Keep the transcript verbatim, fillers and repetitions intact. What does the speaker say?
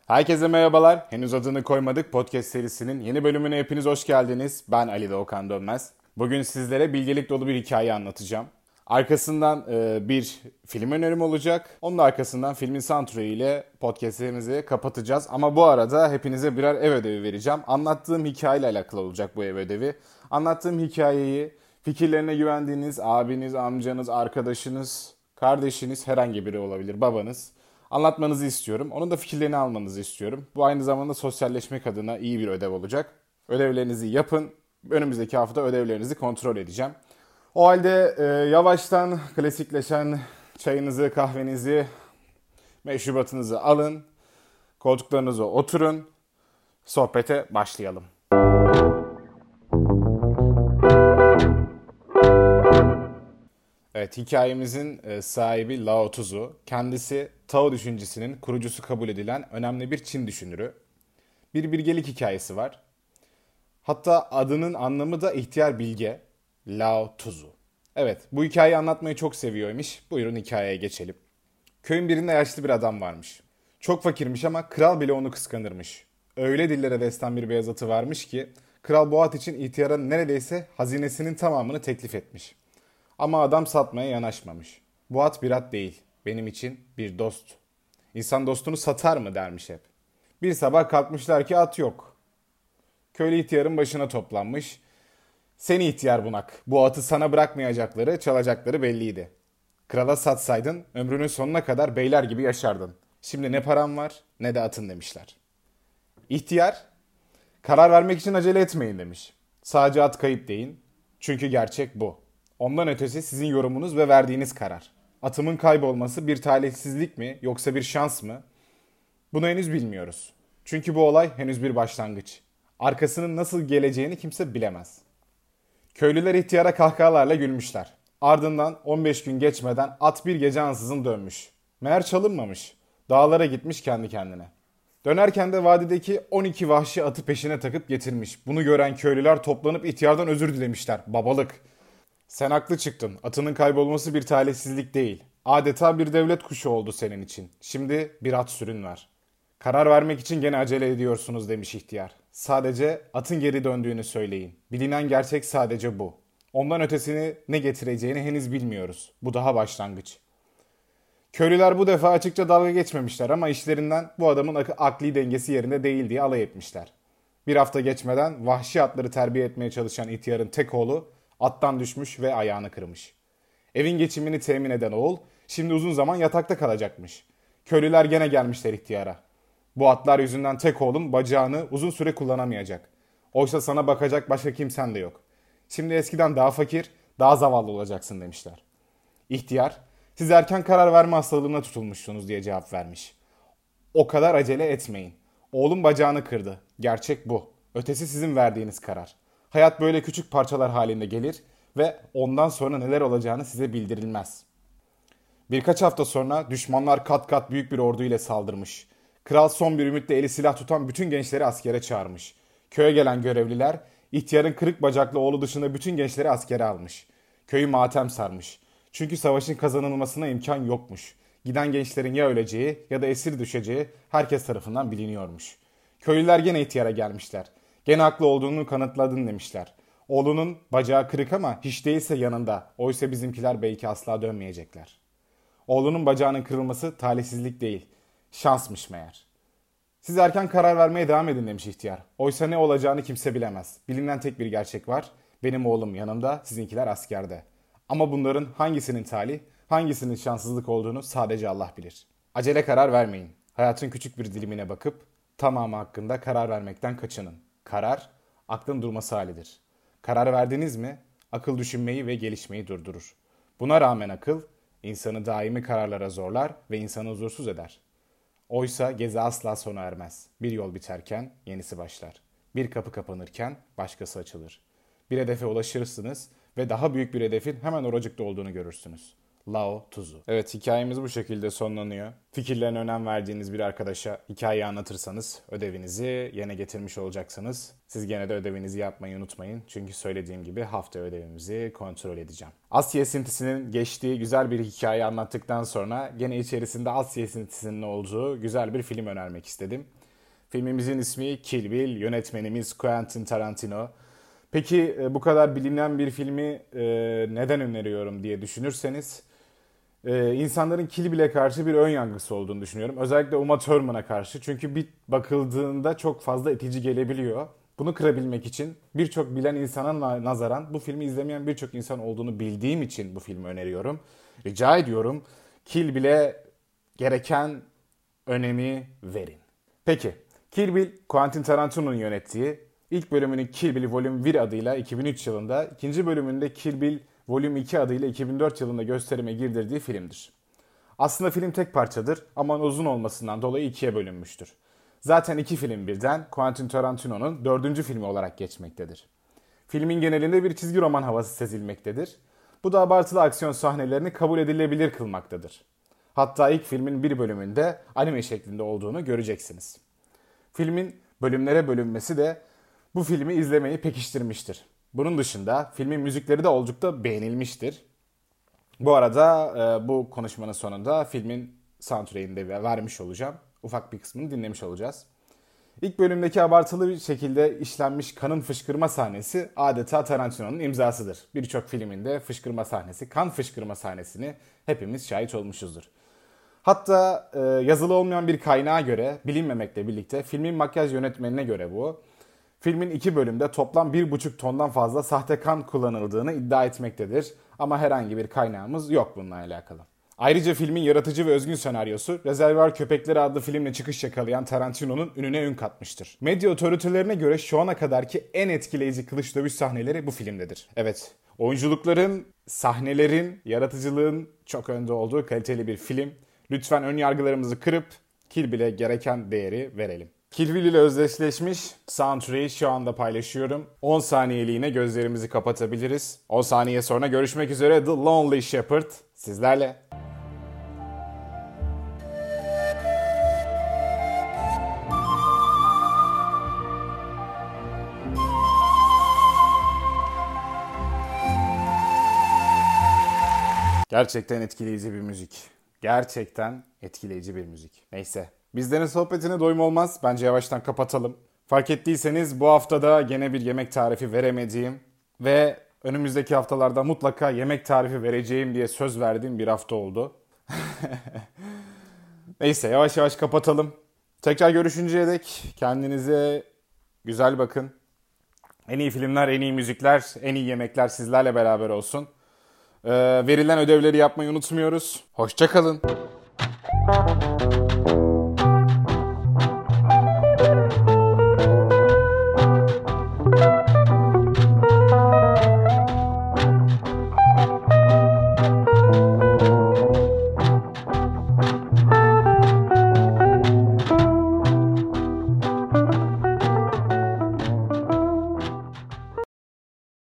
Herkese merhabalar. Henüz adını koymadık podcast serisinin yeni bölümüne hepiniz hoş geldiniz. Ben Ali Doğukan Dönmez. Bugün sizlere bilgelik dolu bir hikaye anlatacağım. Arkasından e, bir film önerim olacak. Onun arkasından filmin soundtrack'ı ile podcastlerimizi kapatacağız. Ama bu arada hepinize birer ev ödevi vereceğim. Anlattığım hikayeyle alakalı olacak bu ev ödevi. Anlattığım hikayeyi fikirlerine güvendiğiniz abiniz, amcanız, arkadaşınız, kardeşiniz, herhangi biri olabilir, babanız anlatmanızı istiyorum. Onun da fikirlerini almanızı istiyorum. Bu aynı zamanda sosyalleşmek adına iyi bir ödev olacak. Ödevlerinizi yapın. Önümüzdeki hafta ödevlerinizi kontrol edeceğim. O halde e, yavaştan klasikleşen çayınızı, kahvenizi, meşrubatınızı alın. Koltuklarınıza oturun. Sohbete başlayalım. Evet, hikayemizin sahibi Lao Tzu. Kendisi Tao düşüncesinin kurucusu kabul edilen önemli bir Çin düşünürü. Bir bilgelik hikayesi var. Hatta adının anlamı da ihtiyar bilge. Lao Tzu. Evet, bu hikayeyi anlatmayı çok seviyormuş. Buyurun hikayeye geçelim. Köyün birinde yaşlı bir adam varmış. Çok fakirmiş ama kral bile onu kıskanırmış. Öyle dillere destan bir beyaz atı varmış ki kral bu at için ihtiyara neredeyse hazinesinin tamamını teklif etmiş. Ama adam satmaya yanaşmamış. Bu at bir at değil, benim için bir dost. İnsan dostunu satar mı dermiş hep. Bir sabah kalkmışlar ki at yok. Köylü ihtiyarın başına toplanmış. Seni ihtiyar bunak, bu atı sana bırakmayacakları, çalacakları belliydi. Krala satsaydın ömrünün sonuna kadar beyler gibi yaşardın. Şimdi ne param var ne de atın demişler. İhtiyar, karar vermek için acele etmeyin demiş. Sadece at kayıp deyin. Çünkü gerçek bu. Ondan ötesi sizin yorumunuz ve verdiğiniz karar. Atımın kaybolması bir talihsizlik mi yoksa bir şans mı? Bunu henüz bilmiyoruz. Çünkü bu olay henüz bir başlangıç. Arkasının nasıl geleceğini kimse bilemez. Köylüler ihtiyara kahkahalarla gülmüşler. Ardından on beş gün geçmeden at bir gece ansızın dönmüş. Meğer çalınmamış. Dağlara gitmiş kendi kendine. Dönerken de vadideki on iki vahşi atı peşine takıp getirmiş. Bunu gören köylüler toplanıp ihtiyardan özür dilemişler. Babalık. Sen haklı çıktın. Atının kaybolması bir talihsizlik değil. Adeta bir devlet kuşu oldu senin için. Şimdi bir at sürün var. Karar vermek için gene acele ediyorsunuz demiş ihtiyar. Sadece atın geri döndüğünü söyleyin. Bilinen gerçek sadece bu. Ondan ötesini ne getireceğini henüz bilmiyoruz. Bu daha başlangıç. Köylüler bu defa açıkça dalga geçmemişler ama işlerinden bu adamın ak- akli dengesi yerinde değil diye alay etmişler. Bir hafta geçmeden vahşi atları terbiye etmeye çalışan ihtiyarın tek oğlu attan düşmüş ve ayağını kırmış. Evin geçimini temin eden oğul şimdi uzun zaman yatakta kalacakmış. Köylüler gene gelmişler ihtiyara. Bu atlar yüzünden tek oğlum bacağını uzun süre kullanamayacak. Oysa sana bakacak başka kimsen de yok. Şimdi eskiden daha fakir, daha zavallı olacaksın demişler. İhtiyar, siz erken karar verme hastalığına tutulmuşsunuz diye cevap vermiş. O kadar acele etmeyin. Oğlum bacağını kırdı. Gerçek bu. Ötesi sizin verdiğiniz karar. Hayat böyle küçük parçalar halinde gelir ve ondan sonra neler olacağını size bildirilmez. Birkaç hafta sonra düşmanlar kat kat büyük bir ordu ile saldırmış. Kral son bir ümitle eli silah tutan bütün gençleri askere çağırmış. Köye gelen görevliler ihtiyarın kırık bacaklı oğlu dışında bütün gençleri askere almış. Köyü matem sarmış. Çünkü savaşın kazanılmasına imkan yokmuş. Giden gençlerin ya öleceği ya da esir düşeceği herkes tarafından biliniyormuş. Köylüler gene ihtiyara gelmişler. Gene haklı olduğunu kanıtladın demişler. Oğlunun bacağı kırık ama hiç değilse yanında. Oysa bizimkiler belki asla dönmeyecekler. Oğlunun bacağının kırılması talihsizlik değil, şansmış meğer. Siz erken karar vermeye devam edin demiş ihtiyar. Oysa ne olacağını kimse bilemez. Bilinen tek bir gerçek var. Benim oğlum yanımda, sizinkiler askerde. Ama bunların hangisinin talih, hangisinin şanssızlık olduğunu sadece Allah bilir. Acele karar vermeyin. Hayatın küçük bir dilimine bakıp tamamı hakkında karar vermekten kaçının. Karar, aklın durması halidir. Karar verdiniz mi, akıl düşünmeyi ve gelişmeyi durdurur. Buna rağmen akıl, insanı daimi kararlara zorlar ve insanı huzursuz eder. Oysa gezi asla sona ermez. Bir yol biterken yenisi başlar. Bir kapı kapanırken başkası açılır. Bir hedefe ulaşırsınız ve daha büyük bir hedefin hemen oracıkta olduğunu görürsünüz. Lao Tuzu. Evet, hikayemiz bu şekilde sonlanıyor. Fikirlerine önem verdiğiniz bir arkadaşa hikayeyi anlatırsanız ödevinizi yerine getirmiş olacaksınız. Siz gene de ödevinizi yapmayı unutmayın. Çünkü söylediğim gibi hafta ödevimizi kontrol edeceğim. Asya esintisinin geçtiği güzel bir hikaye anlattıktan sonra gene içerisinde Asya esintisinin olduğu güzel bir film önermek istedim. Filmimizin ismi Kill Bill, yönetmenimiz Quentin Tarantino. Peki bu kadar bilinen bir filmi neden öneriyorum diye düşünürseniz, Ee, insanların Kill Bill'e karşı bir ön yargısı olduğunu düşünüyorum. Özellikle Uma Thurman'a karşı. Çünkü bir bakıldığında çok fazla itici gelebiliyor. Bunu kırabilmek için birçok bilen insana nazaran bu filmi izlemeyen birçok insan olduğunu bildiğim için bu filmi öneriyorum. Rica ediyorum, Kill Bill'e gereken önemi verin. Peki, Kill Bill, Quentin Tarantino'nun yönettiği, ilk bölümünü Kill Bill Volume bir adıyla iki bin üç yılında, ikinci bölümünde Kill Bill Volume iki adıyla iki bin dört yılında gösterime girdirdiği filmdir. Aslında film tek parçadır ama uzun olmasından dolayı ikiye bölünmüştür. Zaten iki film birden Quentin Tarantino'nun dördüncü filmi olarak geçmektedir. Filmin genelinde bir çizgi roman havası sezilmektedir. Bu da abartılı aksiyon sahnelerini kabul edilebilir kılmaktadır. Hatta ilk filmin bir bölümünde anime şeklinde olduğunu göreceksiniz. Filmin bölümlere bölünmesi de bu filmi izlemeyi pekiştirmiştir. Bunun dışında filmin müzikleri de oldukça beğenilmiştir. Bu arada e, bu konuşmanın sonunda filmin soundtrack'ini de vermiş olacağım. Ufak bir kısmını dinlemiş olacağız. İlk bölümdeki abartılı bir şekilde işlenmiş kanın fışkırma sahnesi adeta Tarantino'nun imzasıdır. Birçok filminde fışkırma sahnesi, kan fışkırma sahnesini hepimiz şahit olmuşuzdur. Hatta e, yazılı olmayan bir kaynağa göre, bilinmemekle birlikte filmin makyaj yönetmenine göre bu, filmin iki bölümde toplam bir buçuk tondan fazla sahte kan kullanıldığını iddia etmektedir. Ama herhangi bir kaynağımız yok bununla alakalı. Ayrıca filmin yaratıcı ve özgün senaryosu, Rezervuar Köpekleri adlı filmle çıkış yakalayan Tarantino'nun ününe ün katmıştır. Medya otoritelerine göre şu ana kadarki en etkileyici kılıç dövüş sahneleri bu filmdedir. Evet, oyunculukların, sahnelerin, yaratıcılığın çok önde olduğu kaliteli bir film. Lütfen ön yargılarımızı kırıp Kill Bill'e gereken değeri verelim. Kill Bill ile özdeşleşmiş soundtrack'i şu anda paylaşıyorum. on saniyeliğine gözlerimizi kapatabiliriz. on saniye sonra görüşmek üzere. The Lonely Shepherd sizlerle. Gerçekten etkileyici bir müzik. Gerçekten etkileyici bir müzik. Neyse. Bizlerin sohbetine doyum olmaz. Bence yavaştan kapatalım. Fark ettiyseniz bu haftada gene bir yemek tarifi veremediğim ve önümüzdeki haftalarda mutlaka yemek tarifi vereceğim diye söz verdiğim bir hafta oldu. Neyse, yavaş yavaş kapatalım. Tekrar görüşünceye dek kendinize güzel bakın. En iyi filmler, en iyi müzikler, en iyi yemekler sizlerle beraber olsun. Ee, verilen ödevleri yapmayı unutmuyoruz. Hoşça kalın.